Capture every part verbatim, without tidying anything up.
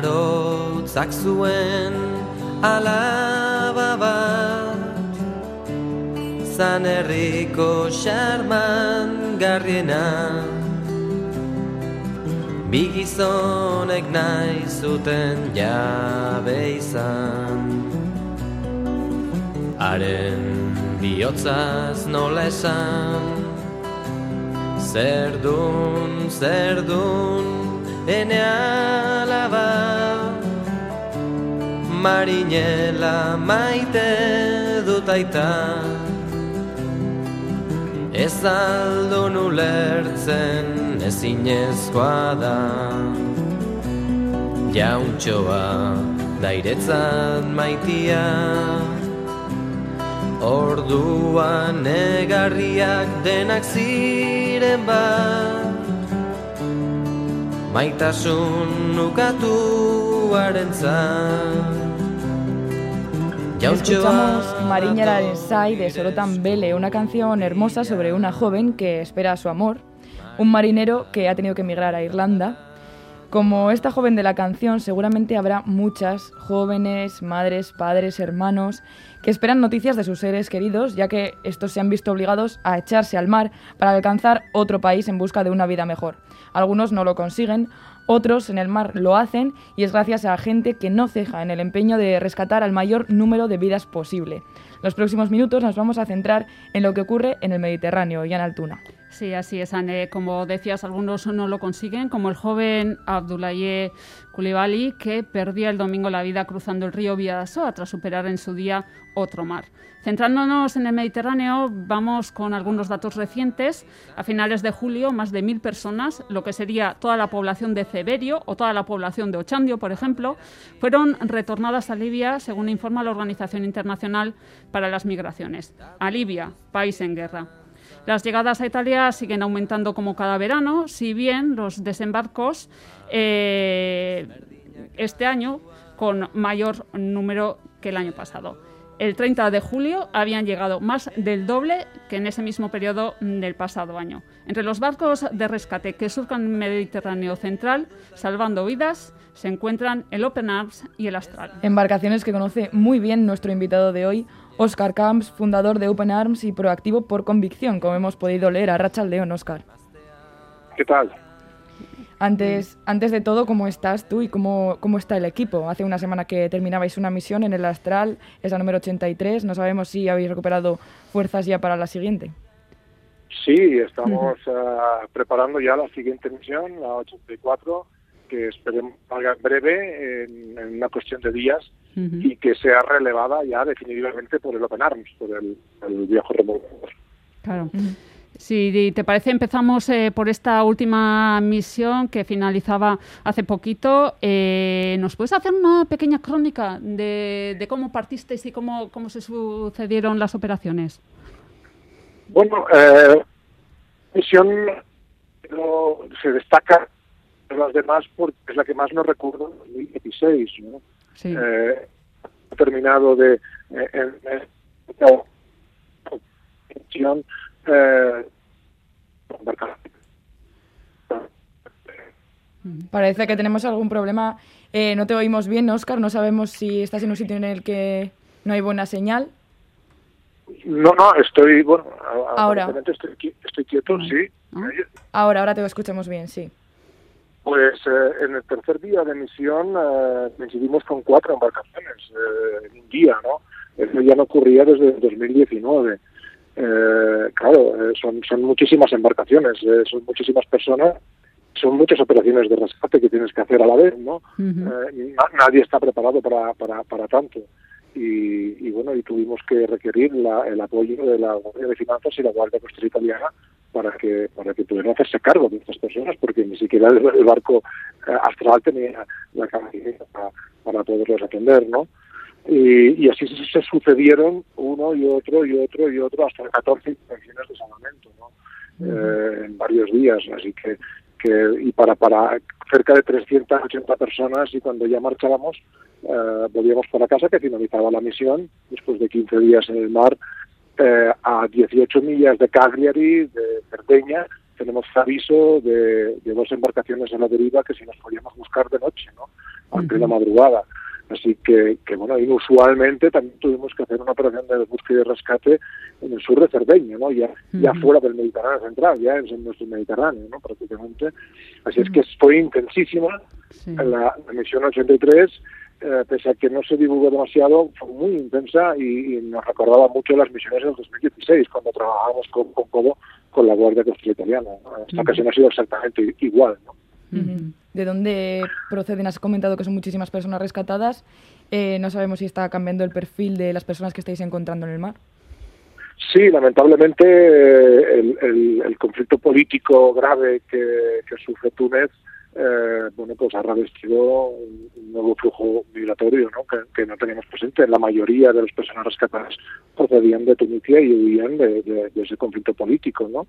arotzak zuen alaba bat, zan herriko xarman garriena, bi gizonek nahi zuten jabe izan. Haren bihotzaz nola esan, zer dun, zer dun, ene alaba, marinela maite dut aita, ez aldun ulertzen ezinezkoa da, jauntxoa dairetzat maitia, orduan negarriak denak ziren bat, maitasun ukatuarentzat. Escuchamos Mariñera en Sai de Sorotan Bele, una canción hermosa sobre una joven que espera a su amor, un marinero que ha tenido que emigrar a Irlanda. Como esta joven de la canción, seguramente habrá muchas jóvenes, madres, padres, hermanos que esperan noticias de sus seres queridos, ya que estos se han visto obligados a echarse al mar para alcanzar otro país en busca de una vida mejor. Algunos no lo consiguen, otros en el mar lo hacen, y es gracias a gente que no ceja en el empeño de rescatar al mayor número de vidas posible. Los próximos minutos nos vamos a centrar en lo que ocurre en el Mediterráneo. Ian Altuna. Sí, así es, Anne. Como decías, algunos no lo consiguen, como el joven Abdoulaye Coulibaly, que perdía el domingo la vida cruzando el río Biadasoa tras superar en su día otro mar. Centrándonos en el Mediterráneo, vamos con algunos datos recientes. A finales de julio, más de mil personas, lo que sería toda la población de Ceberio o toda la población de Ochandio, por ejemplo, fueron retornadas a Libia, según informa la Organización Internacional para las Migraciones. A Libia, país en guerra. Las llegadas a Italia siguen aumentando como cada verano, si bien los desembarcos eh, este año con mayor número que el año pasado. El treinta de julio habían llegado más del doble que en ese mismo periodo del pasado año. Entre los barcos de rescate que surcan el Mediterráneo central, salvando vidas, se encuentran el Open Arms y el Astral. Embarcaciones que conoce muy bien nuestro invitado de hoy, Óscar Camps, fundador de Open Arms y proactivo por convicción, como hemos podido leer. Arratsaldeon, Óscar. ¿Qué tal? Antes, antes de todo, ¿cómo estás tú y cómo, cómo está el equipo? Hace una semana que terminabais una misión en el Astral, es la número ochenta y tres. No sabemos si habéis recuperado fuerzas ya para la siguiente. Sí, estamos uh-huh. uh, preparando ya la siguiente misión, la ochenta y cuatro, que esperemos salga en breve, en, en una cuestión de días, uh-huh. y que sea relevada ya definitivamente por el Open Arms, por el, el viejo remolcador. Claro. Uh-huh. Si te parece, empezamos eh, por esta última misión que finalizaba hace poquito. Eh, ¿Nos puedes hacer una pequeña crónica de, de cómo partisteis y cómo, cómo se sucedieron las operaciones? Bueno, eh, la misión no, se destaca de las demás porque es la que más nos recuerda en dos mil dieciséis, ¿no? Sí. Eh, ha terminado de... Eh, en, en, misión Eh, Parece que tenemos algún problema. Eh, no te oímos bien, Óscar. No sabemos si estás en un sitio en el que no hay buena señal. No, no, estoy, bueno, ahora estoy, estoy quieto, ah. sí. ¿Ah? Ahora, ahora te escuchamos bien, sí. Pues eh, en el tercer día de misión eh, coincidimos con cuatro embarcaciones eh, en un día, ¿no? Eso ya no ocurría desde dos mil diecinueve. Eh, claro, eh, son, son muchísimas embarcaciones, eh, son muchísimas personas, son muchas operaciones de rescate que tienes que hacer a la vez, ¿no? Uh-huh. Eh, na- nadie está preparado para, para, para tanto. Y, y bueno, y tuvimos que requerir la, el apoyo de la Guardia de Finanzas y la Guardia Costera Italiana para que para que pudieran hacerse cargo de estas personas, porque ni siquiera el, el barco eh, Astral tenía la capacidad para, para poderlos atender, ¿no? Y, y así se, se sucedieron uno y otro y otro y otro hasta catorce intervenciones de salvamento, ¿no? Uh-huh. eh, en varios días, así que, que y para para cerca de trescientas ochenta personas, y cuando ya marchábamos eh, volvíamos para casa, que finalizaba la misión después de quince días en el mar, eh, a dieciocho millas de Cagliari, de Cerdeña, tenemos aviso de, de dos embarcaciones a la deriva que si nos podíamos buscar de noche, ¿no? A plena madrugada. Así que, que, bueno, inusualmente también tuvimos que hacer una operación de búsqueda y rescate en el sur de Cerdeña, ¿no? Ya, uh-huh. ya fuera del Mediterráneo central, ya en nuestro Mediterráneo, ¿no? Prácticamente. Así uh-huh. es que fue intensísima sí. la, la misión ochenta y tres, eh, pese a que no se divulgó demasiado, fue muy intensa y, y nos recordaba mucho las misiones del dos mil dieciséis, cuando trabajábamos con, con codo con la Guardia Costera Italiana. Esta uh-huh. ocasión ha sido exactamente igual, ¿no? Uh-huh. ¿De dónde proceden? Has comentado que son muchísimas personas rescatadas. Eh, no sabemos si está cambiando el perfil de las personas que estáis encontrando en el mar. Sí, lamentablemente eh, el, el, el conflicto político grave que, que sufre Túnez eh, bueno, pues ha revestido un, un nuevo flujo migratorio, ¿no? Que, que no teníamos presente. La mayoría de las personas rescatadas procedían de Tunisia y huían de, de, de ese conflicto político, ¿no?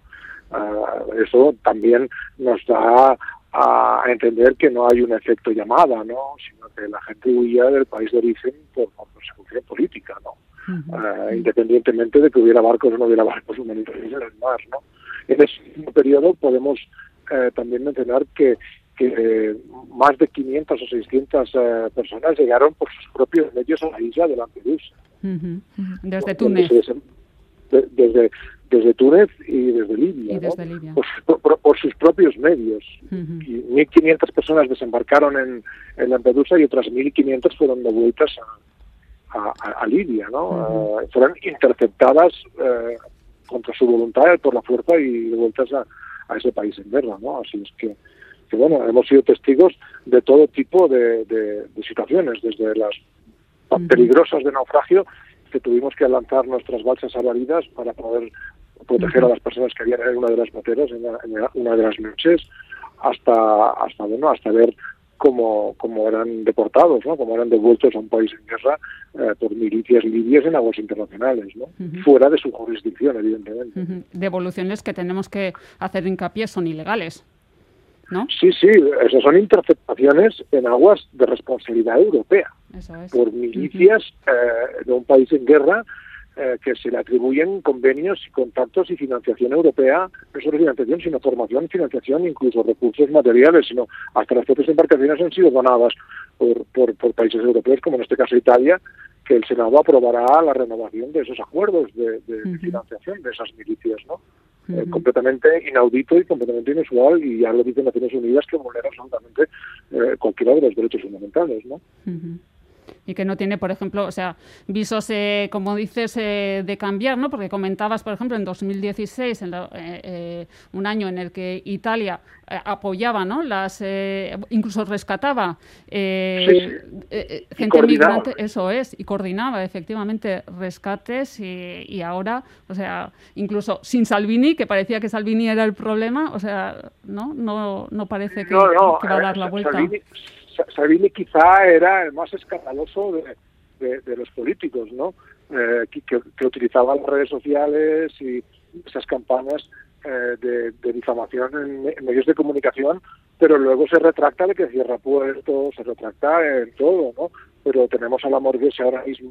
Uh, eso también nos da a entender que no hay un efecto llamada, ¿no? Sino que la gente huía del país de origen por, por persecución política, ¿no? Uh-huh. Uh, independientemente de que hubiera barcos o no hubiera barcos humanitarios en el mar, ¿no? En ese mismo periodo podemos eh, también mencionar que, que eh, más de quinientas o seiscientas eh, personas llegaron por sus propios medios a la isla de Lampedusa. Uh-huh. Uh-huh. Desde Túnez. Desde, desde desde Túnez y desde Libia, y desde ¿no? Libia. Por, por, por sus propios medios. Uh-huh. Y mil quinientas personas desembarcaron en, en Lampedusa y otras mil quinientas fueron devueltas a, a, a Libia, ¿no? Uh-huh. Uh, fueron interceptadas uh, contra su voluntad por la fuerza y devueltas a, a ese país en guerra, ¿no? Así es que, que bueno, hemos sido testigos de todo tipo de, de, de situaciones, desde las uh-huh. peligrosas de naufragio, que tuvimos que lanzar nuestras balsas salvavidas para poder proteger uh-huh. a las personas que habían en una de las moteras en, la, en una de las noches, hasta hasta bueno hasta ver cómo, cómo eran deportados, ¿no? Cómo eran devueltos a un país en guerra eh, por milicias libias en aguas internacionales, ¿no? Uh-huh. Fuera de su jurisdicción, evidentemente. Uh-huh. Devoluciones que tenemos que hacer hincapié son ilegales, ¿no? Sí, sí, esas son interceptaciones en aguas de responsabilidad europea. Eso es. Por milicias uh-huh. eh, de un país en guerra eh, que se le atribuyen convenios y contactos y financiación europea, no solo financiación, sino formación, financiación, incluso recursos materiales, sino hasta las propias embarcaciones han sido donadas por, por, por países europeos, como en este caso Italia, que el Senado aprobará la renovación de esos acuerdos de, de uh-huh. financiación de esas milicias, ¿no? Uh-huh. Eh, completamente inaudito y completamente inusual, y ya lo dicen Naciones Unidas, que vulnera absolutamente eh, cualquiera de los derechos fundamentales, ¿no? Uh-huh. Y que no tiene, por ejemplo, o sea, visos, eh, como dices, eh, de cambiar, ¿no? Porque comentabas, por ejemplo, en dos mil dieciséis, en la, eh, eh, un año en el que Italia eh, apoyaba, ¿no? Las, eh, incluso rescataba eh, sí, sí. Eh, gente migrante, eso es, y coordinaba efectivamente rescates, y, y ahora, o sea, incluso sin Salvini, que parecía que Salvini era el problema, o sea, no, no, no parece que, no, no, que va a dar la vuelta. Salvini, Salvini quizá era el más escandaloso de, de, de los políticos, ¿no? Eh, que, que utilizaba las redes sociales y esas campañas eh, de, de difamación en, en medios de comunicación, pero luego se retracta de que cierra puertos, se retracta en todo, ¿no? Pero tenemos a la Morguese ahora mismo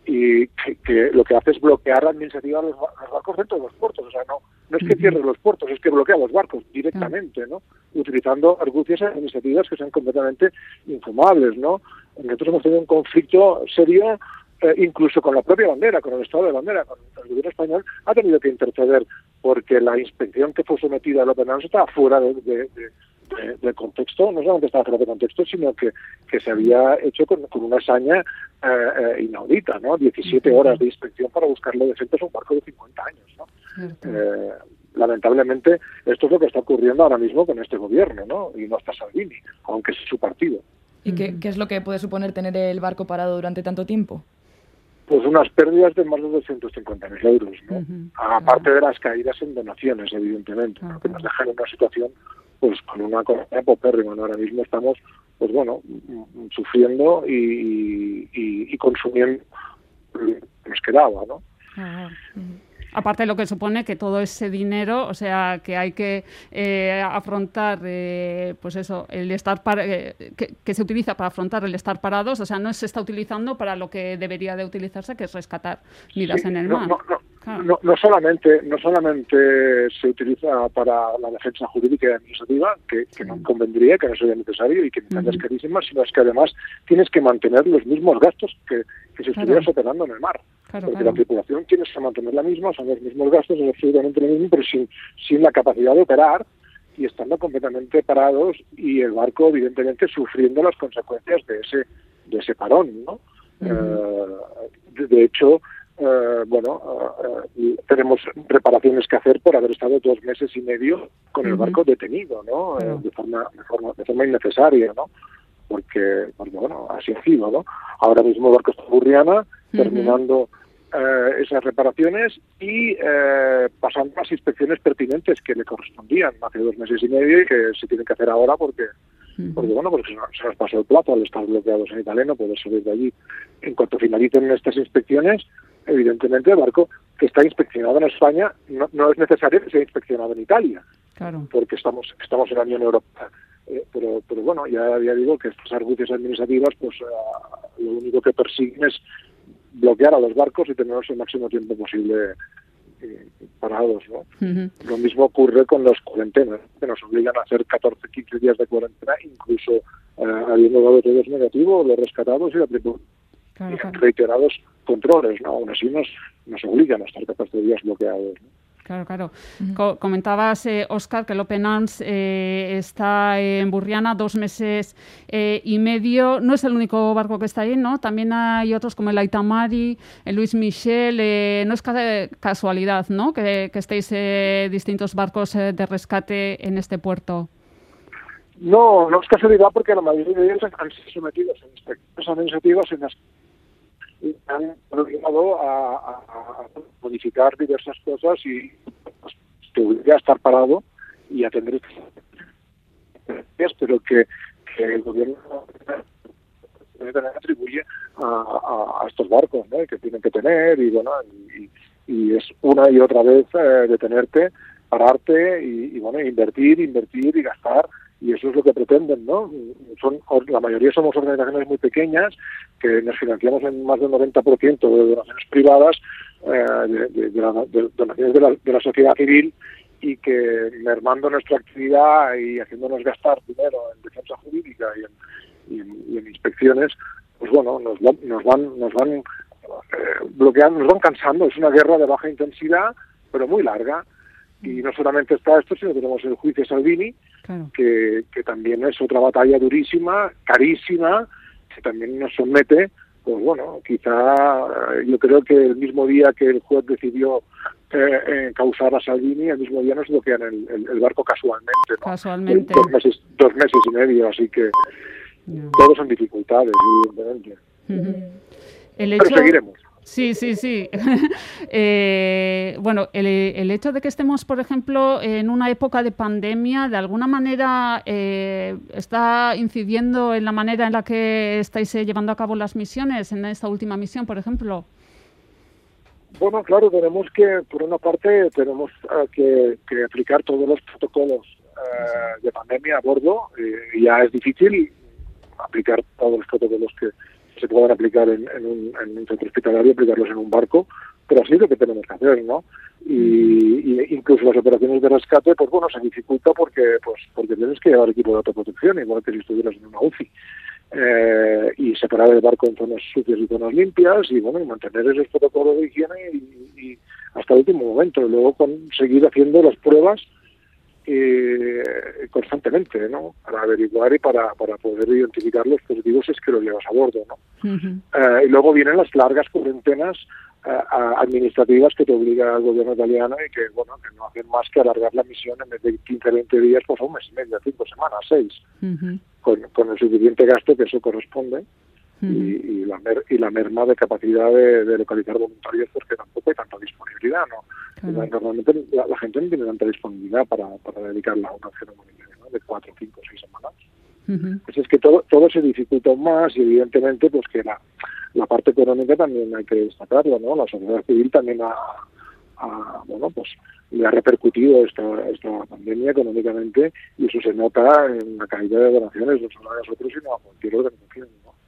y que, que lo que hace es bloquear la administrativa de los, los barcos dentro de los puertos. O sea, no, no es que cierre los puertos, es que bloquea los barcos directamente, ¿no? Utilizando argucias administrativas que son completamente infumables, ¿no? Nosotros hemos tenido un conflicto serio, eh, incluso con la propia bandera, con el Estado de bandera, con el gobierno español, ha tenido que interceder porque la inspección que fue sometida al Open Arms estaba fuera de, de, de De, de contexto, no solamente estaba fuera de contexto, sino que, que se había hecho con, con una hazaña eh, eh, inaudita, ¿no? diecisiete horas de inspección para buscarle defectos a un barco de cincuenta años, ¿no? Eh, lamentablemente, esto es lo que está ocurriendo ahora mismo con este gobierno, ¿no? Y no está Salvini, aunque es su partido. ¿Y qué, qué es lo que puede suponer tener el barco parado durante tanto tiempo? Pues unas pérdidas de más de doscientos cincuenta mil euros, ¿no? Uh-huh. Aparte de las caídas en donaciones, evidentemente, uh-huh. porque nos dejan en una situación pues con una economía popérrima, ¿no? Ahora mismo estamos, pues bueno, sufriendo y, y, y consumiendo lo que nos quedaba, ¿no? Uh-huh. Aparte de lo que supone que todo ese dinero, o sea, que hay que eh, afrontar, eh, pues eso, el estar para, eh, que, que se utiliza para afrontar el estar parados, o sea, no se está utilizando para lo que debería de utilizarse, que es rescatar vidas sí, en el no, mar. No, no, Claro. No, no solamente no solamente se utiliza para la defensa jurídica y administrativa, que, que no convendría, que no sería necesario y que me uh-huh. es carísima, sino es que además tienes que mantener los mismos gastos que, que si estuvieras claro. operando en el mar. Claro, porque claro. la tripulación tienes que mantener la misma, son los mismos gastos, es absolutamente lo mismo, pero sin, sin la capacidad de operar y estando completamente parados y el barco, evidentemente, sufriendo las consecuencias de ese, de ese parón, ¿no? Uh-huh. Uh, de, de hecho, Uh, bueno, uh, uh, tenemos reparaciones que hacer por haber estado dos meses y medio con el uh-huh. barco detenido, ¿no? Uh-huh. Uh, de forma, de forma, de forma innecesaria, ¿no? Porque, porque, bueno, así ha sido, ¿no? Ahora mismo el barco está en Burriana, uh-huh. terminando uh, esas reparaciones y uh, pasando las inspecciones pertinentes que le correspondían hace dos meses y medio y que se tienen que hacer ahora porque porque bueno, porque se nos pasó el plazo al estar bloqueados en Italia, no poder salir de allí. En cuanto finalicen estas inspecciones, evidentemente el barco que está inspeccionado en España no, no es necesario que sea inspeccionado en Italia, claro. porque estamos estamos en la Unión Europea. Eh, pero pero bueno, ya, ya digo que estas argucias administrativas, pues uh, lo único que persiguen es bloquear a los barcos y tenerlos el máximo tiempo posible eh, parados, ¿no? Uh-huh. Lo mismo ocurre con las cuarentenas, que nos obligan a hacer catorce, quince días de cuarentena, incluso uh, habiendo dado todos negativos, los rescatados y la tripulación. Claro, claro. Reiterados controles, ¿no? Aún así nos, nos obligan a estar catorce días bloqueados, ¿no? Claro, claro. Uh-huh. Co- comentabas, eh, Óscar, que el Open Arms eh, está en Burriana dos meses eh, y medio. No es el único barco que está ahí, ¿no? También hay otros como el Aitamari, el Luis Michel. Eh, no es ca- casualidad, ¿no? Que, que estéis eh, distintos barcos eh, de rescate en este puerto. No, no es casualidad porque la mayoría de ellos han sido sometidos a inspecciones administrativas en las y han obligado a, a, a modificar diversas cosas y pues, te obliga a estar parado y atender pero que, que el gobierno atribuye a, a, a estos barcos, ¿no? Que tienen que tener y bueno y, y es una y otra vez eh, detenerte, pararte y, y bueno invertir, invertir y gastar. Y eso es lo que pretenden, ¿no? Son, la mayoría somos organizaciones muy pequeñas que nos financiamos en más del noventa por ciento de donaciones privadas, eh, de, de, de, la, de donaciones de la, de la sociedad civil y que mermando nuestra actividad y haciéndonos gastar dinero en defensa jurídica y en, y en, y en inspecciones, pues bueno, nos, nos van, nos van eh, bloqueando, nos van cansando. Es una guerra de baja intensidad, pero muy larga. Y no solamente está esto, sino que tenemos el juicio Salvini, claro. que, que también es otra batalla durísima, carísima, que también nos somete, pues bueno, quizá yo creo que el mismo día que el juez decidió eh, eh, causar a Salvini, el mismo día nos bloquean el, el, el barco casualmente, ¿no? Casualmente. Dos meses, dos meses y medio, así que no. Todos son dificultades, evidentemente. Uh-huh. El hecho... Pero seguiremos. Sí, sí, sí. eh, bueno, el, el hecho de que estemos, por ejemplo, en una época de pandemia, de alguna manera eh, está incidiendo en la manera en la que estáis eh, llevando a cabo las misiones, en esta última misión, por ejemplo. Bueno, claro, tenemos que, por una parte, tenemos uh, que, que aplicar todos los protocolos uh, de pandemia a bordo. Eh, ya es difícil aplicar todos los protocolos que se puedan aplicar en, en, un, en un centro hospitalario, aplicarlos en un barco, pero así es lo que tenemos que hacer, ¿no? Y, y incluso las operaciones de rescate, pues bueno, se dificulta porque pues porque tienes que llevar equipo de autoprotección, igual que si estuvieras en una U C I. Eh, y separar el barco en zonas sucias y zonas limpias y bueno, y mantener esos protocolos de higiene y, y hasta el último momento. Y luego con, seguir haciendo las pruebas Eh, constantemente, ¿no? Para averiguar y para, para poder identificar los positivos si es que los llevas a bordo, ¿no? Uh-huh. Uh, y luego vienen las largas cuarentenas uh, administrativas que te obliga el gobierno italiano y que, bueno, que no hacen más que alargar la misión en vez de quince, veinte días, pues a un mes y medio, cinco semanas, seis, uh-huh. con, con el suficiente gasto que eso corresponde. Uh-huh. y, y, la mer, y la merma de capacidad de, de localizar voluntarios porque tampoco hay tanta disponibilidad, ¿no? Claro. Normalmente la, la gente no tiene tanta disponibilidad para, para dedicarla a una acción humanitaria, ¿no? De cuatro, cinco, seis semanas. Uh-huh. Pues es que todo todo se dificulta aún más y evidentemente pues que la, la parte económica también hay que destacarlo, ¿no? La sociedad civil también ha, ha bueno pues le ha repercutido esta, esta pandemia económicamente y eso se nota en la caída de donaciones no solo a nosotros sino a cualquier organización, ¿no?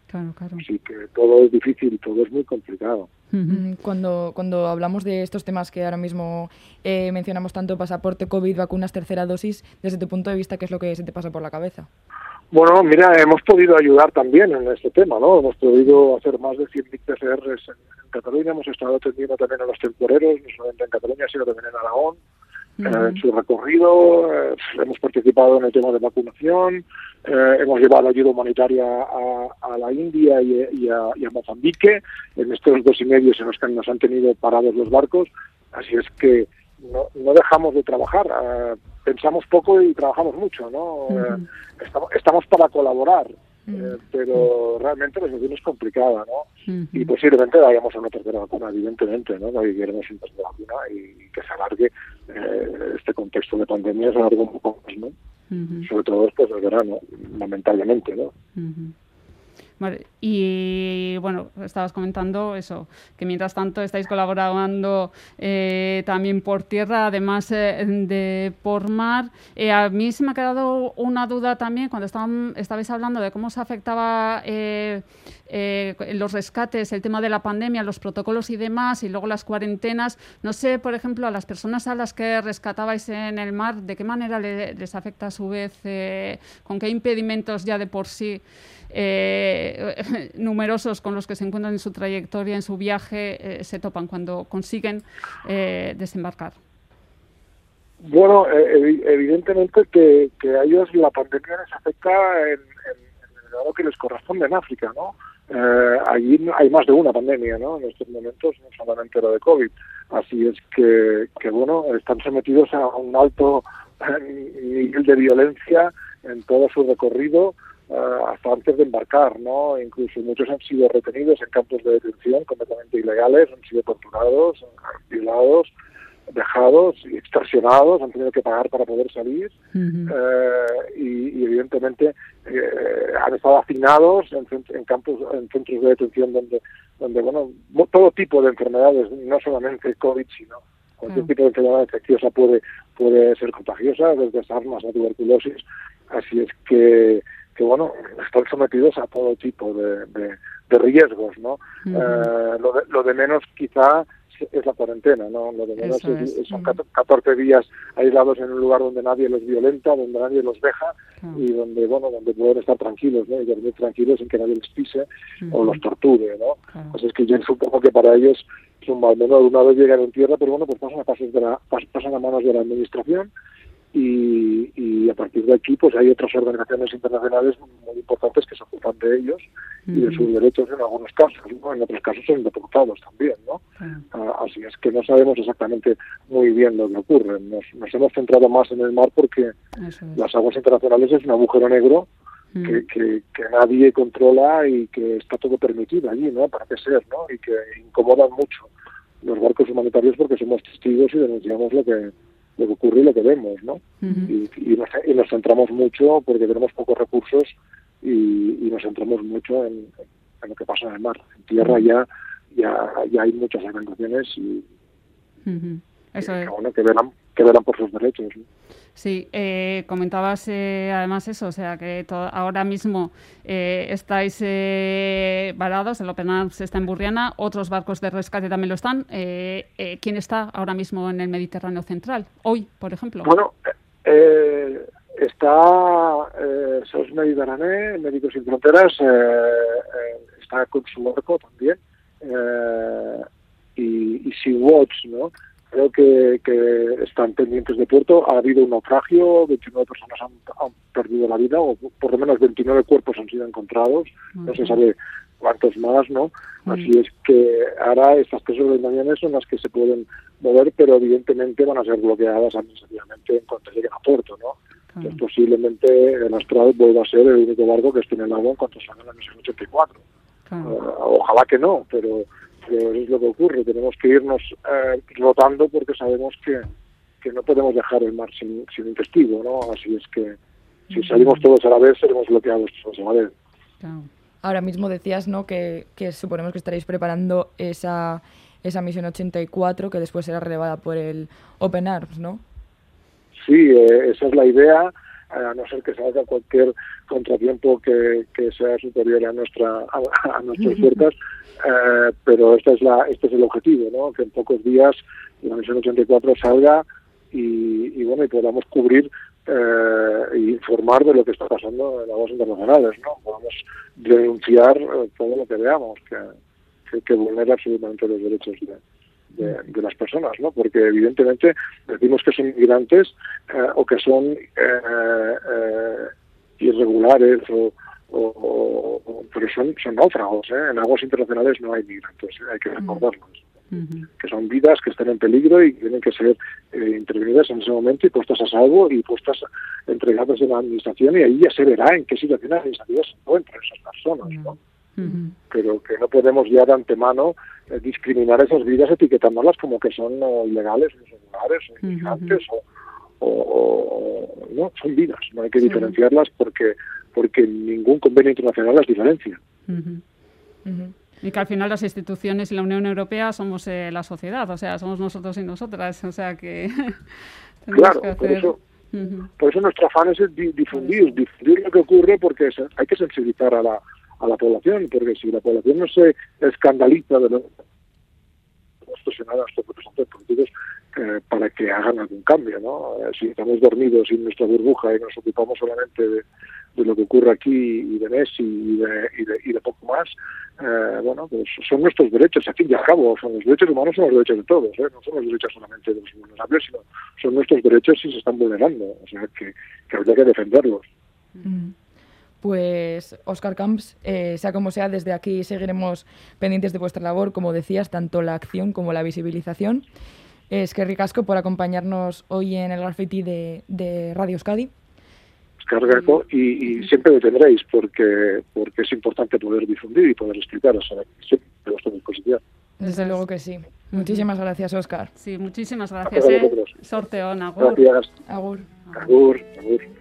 Claro, claro. Así que todo es difícil, todo es muy complicado. Uh-huh. Cuando, cuando hablamos de estos temas que ahora mismo eh, mencionamos tanto, pasaporte, COVID, vacunas, tercera dosis, desde tu punto de vista, ¿qué es lo que se te pasa por la cabeza? Bueno, mira, hemos podido ayudar también en este tema, ¿no? Hemos podido hacer más de cien mil P C Rs en, en Cataluña, hemos estado atendiendo también a los temporeros, no solamente en Cataluña, sino también en Aragón. Uh-huh. eh, en su recorrido, eh, hemos participado en el tema de vacunación, eh, hemos llevado ayuda humanitaria a, a la India y, y, a, y a Mozambique en estos dos y medio en los que nos han tenido parados los barcos, así es que no, no dejamos de trabajar, eh, pensamos poco y trabajamos mucho, ¿no? Uh-huh. eh, estamos, estamos para colaborar. Eh, pero realmente la situación es complicada, ¿no? Uh-huh. Y posiblemente vayamos a una tercera vacuna, evidentemente, ¿no? Que queremos una tercera vacuna y que se alargue eh, este contexto de pandemia, se alargue un poco más, ¿no? Uh-huh. Sobre todo después del verano, lamentablemente, ¿no? Uh-huh. Vale. Y bueno, estabas comentando eso, que mientras tanto estáis colaborando eh, también por tierra, además eh, de por mar. Eh, a mí se me ha quedado una duda también cuando estaban, estabais hablando de cómo se afectaba eh, eh, los rescates, el tema de la pandemia, los protocolos y demás, y luego las cuarentenas. No sé, por ejemplo, a las personas a las que rescatabais en el mar, ¿de qué manera le, les afecta a su vez? Eh, ¿Con qué impedimentos ya de por sí Eh, numerosos con los que se encuentran en su trayectoria, en su viaje, eh, se topan cuando consiguen eh, desembarcar? Bueno, eh, evidentemente que, que a ellos la pandemia les afecta en, en, en el grado que les corresponde en África, ¿no? Eh, allí hay más de una pandemia, ¿no? En estos momentos, no solamente la de COVID. Así es que, que bueno, están sometidos a un alto nivel de violencia en todo su recorrido, Uh, hasta antes de embarcar, ¿no? Incluso muchos han sido retenidos en campos de detención completamente ilegales, han sido torturados, violados, dejados y extorsionados, han tenido que pagar para poder salir. Uh-huh. uh, y, y evidentemente eh, han estado hacinados en, en campos, en centros de detención donde, donde bueno, todo tipo de enfermedades, no solamente COVID, sino cualquier uh-huh. tipo de enfermedad infecciosa puede puede ser contagiosa, desde sarnas a tuberculosis. Así es que que bueno, están sometidos a todo tipo de, de, de riesgos, ¿no? Uh-huh. Eh, lo, de, lo de menos quizá es la cuarentena, ¿no? Lo de menos es, es, son uh-huh. catorce días aislados en un lugar donde nadie los violenta, donde nadie los deja uh-huh. y donde, bueno, donde pueden estar tranquilos, ¿no? Y dormir tranquilos sin que nadie les pise uh-huh. o los torture, ¿no? Uh-huh. Pues es que yo supongo que para ellos es un mal menor una vez llegan en tierra, pero bueno, pues pasan a, pasos de la, pasan a manos de la administración. Y, y a partir de aquí pues hay otras organizaciones internacionales muy importantes que se ocupan de ellos uh-huh. y de sus derechos en algunos casos, ¿no? En otros casos son deportados también, ¿no? Uh-huh. Uh, así es que no sabemos exactamente muy bien lo que ocurre. Nos, nos hemos centrado más en el mar porque es. Las aguas internacionales es un agujero negro uh-huh. que, que, que nadie controla y que está todo permitido allí, ¿no? Parece ser, ¿no? Y que incomodan mucho los barcos humanitarios porque somos testigos y denunciamos lo que lo que ocurre y lo que vemos, ¿no? Uh-huh. y, y, nos, y nos centramos mucho porque tenemos pocos recursos y, y nos centramos mucho en, en lo que pasa en el mar. En tierra uh-huh. ya, ya ya hay muchas organizaciones y, uh-huh. Eso y es. que, bueno, que velan que velan por sus derechos, ¿no? Sí, eh, comentabas eh, además eso, o sea que to- ahora mismo eh, estáis eh, varados, el Open Arms está en Burriana, otros barcos de rescate también lo están. Eh, eh, ¿Quién está ahora mismo en el Mediterráneo Central? Hoy, por ejemplo. Bueno, eh, está eh, S O S Mediterráneo, Médicos Sin Fronteras, eh, eh, está con su barco también, eh, y, y Sea-Watch, ¿no? Creo que, que están pendientes de puerto. Ha habido un naufragio, veintinueve personas han, han perdido la vida, o por lo menos veintinueve cuerpos han sido encontrados. Uh-huh. No se sabe cuántos más, ¿no? Uh-huh. Así es que ahora estas tres organizaciones son las que se pueden mover, pero evidentemente van a ser bloqueadas administrativamente en cuanto lleguen a puerto, ¿no? Uh-huh. Entonces posiblemente el Astral vuelva a ser el único barco que esté en el agua en cuanto salga en el año ochenta y cuatro. Uh-huh. Uh, ojalá que no, pero... Pero es lo que ocurre, tenemos que irnos eh, rotando porque sabemos que, que no podemos dejar el mar sin, sin un testigo, ¿no? Así es que si salimos todos a la vez, seremos bloqueados todos a la vez. Claro. Ahora mismo decías, ¿no?, que, que suponemos que estaréis preparando esa, esa misión ochenta y cuatro que después será relevada por el Open Arms, ¿no? Sí, eh, esa es la idea. a no ser que salga cualquier contratiempo que, que sea superior a nuestra a, a nuestras fuerzas, eh, pero este es la este es el objetivo, ¿no? Que en pocos días la misión ochenta y cuatro salga y, y bueno, y podamos cubrir eh, e informar de lo que está pasando en aguas internacionales, ¿no? Podamos denunciar eh, todo lo que veamos que, que, que vulnera absolutamente los derechos de De, de las personas, ¿no? Porque evidentemente decimos que son migrantes eh, o que son eh, eh, irregulares o, o, o pero son, son náufragos, ¿eh? En aguas internacionales no hay migrantes, ¿eh? Hay que recordarlo. Uh-huh. Que son vidas que están en peligro y tienen que ser eh, intervenidas en ese momento y puestas a salvo y puestas entregadas en la administración, y ahí ya se verá en qué situación administrativa se encuentran esas personas, ¿no? Uh-huh. Pero que no podemos ya de antemano eh, discriminar esas vidas etiquetándolas como que son eh, ilegales, irregulares, o inmigrantes, uh-huh. o, o, o no, son vidas, no hay que sí. diferenciarlas porque porque ningún convenio internacional las diferencia. Uh-huh. Uh-huh. Y que al final las instituciones y la Unión Europea somos eh, la sociedad, o sea, somos nosotros y nosotras, o sea que claro, que hacer... por eso uh-huh. por eso nuestro afán es difundir, difundir lo que ocurre, porque es, hay que sensibilizar a la a la población, porque si la población no se escandaliza de lo presionar a nuestros representantes políticos eh, para que hagan algún cambio, ¿no? Eh, si estamos dormidos en nuestra burbuja y nos ocupamos solamente de, de lo que ocurre aquí y de Messi y de, y de, y de poco más, eh, bueno, pues son nuestros derechos, al fin y al cabo, son los derechos humanos, son los derechos de todos, ¿eh? No son los derechos solamente de los vulnerables, sino son nuestros derechos y se están vulnerando, o sea que, que habría que defenderlos. Mm. Pues, Óscar Camps, eh, sea como sea, desde aquí seguiremos pendientes de vuestra labor, como decías, tanto la acción como la visibilización. Es que ricasco por acompañarnos hoy en el graffiti de, de Radio Euskadi. Escargaco, y, y siempre lo tendréis, porque porque es importante poder difundir y poder explicar, o sea, siempre a vuestra disposición. Desde luego que sí. Muchísimas gracias, Óscar. Sí, muchísimas gracias. Eh. Sorteón, agur. Gracias. Agur. Agur, agur.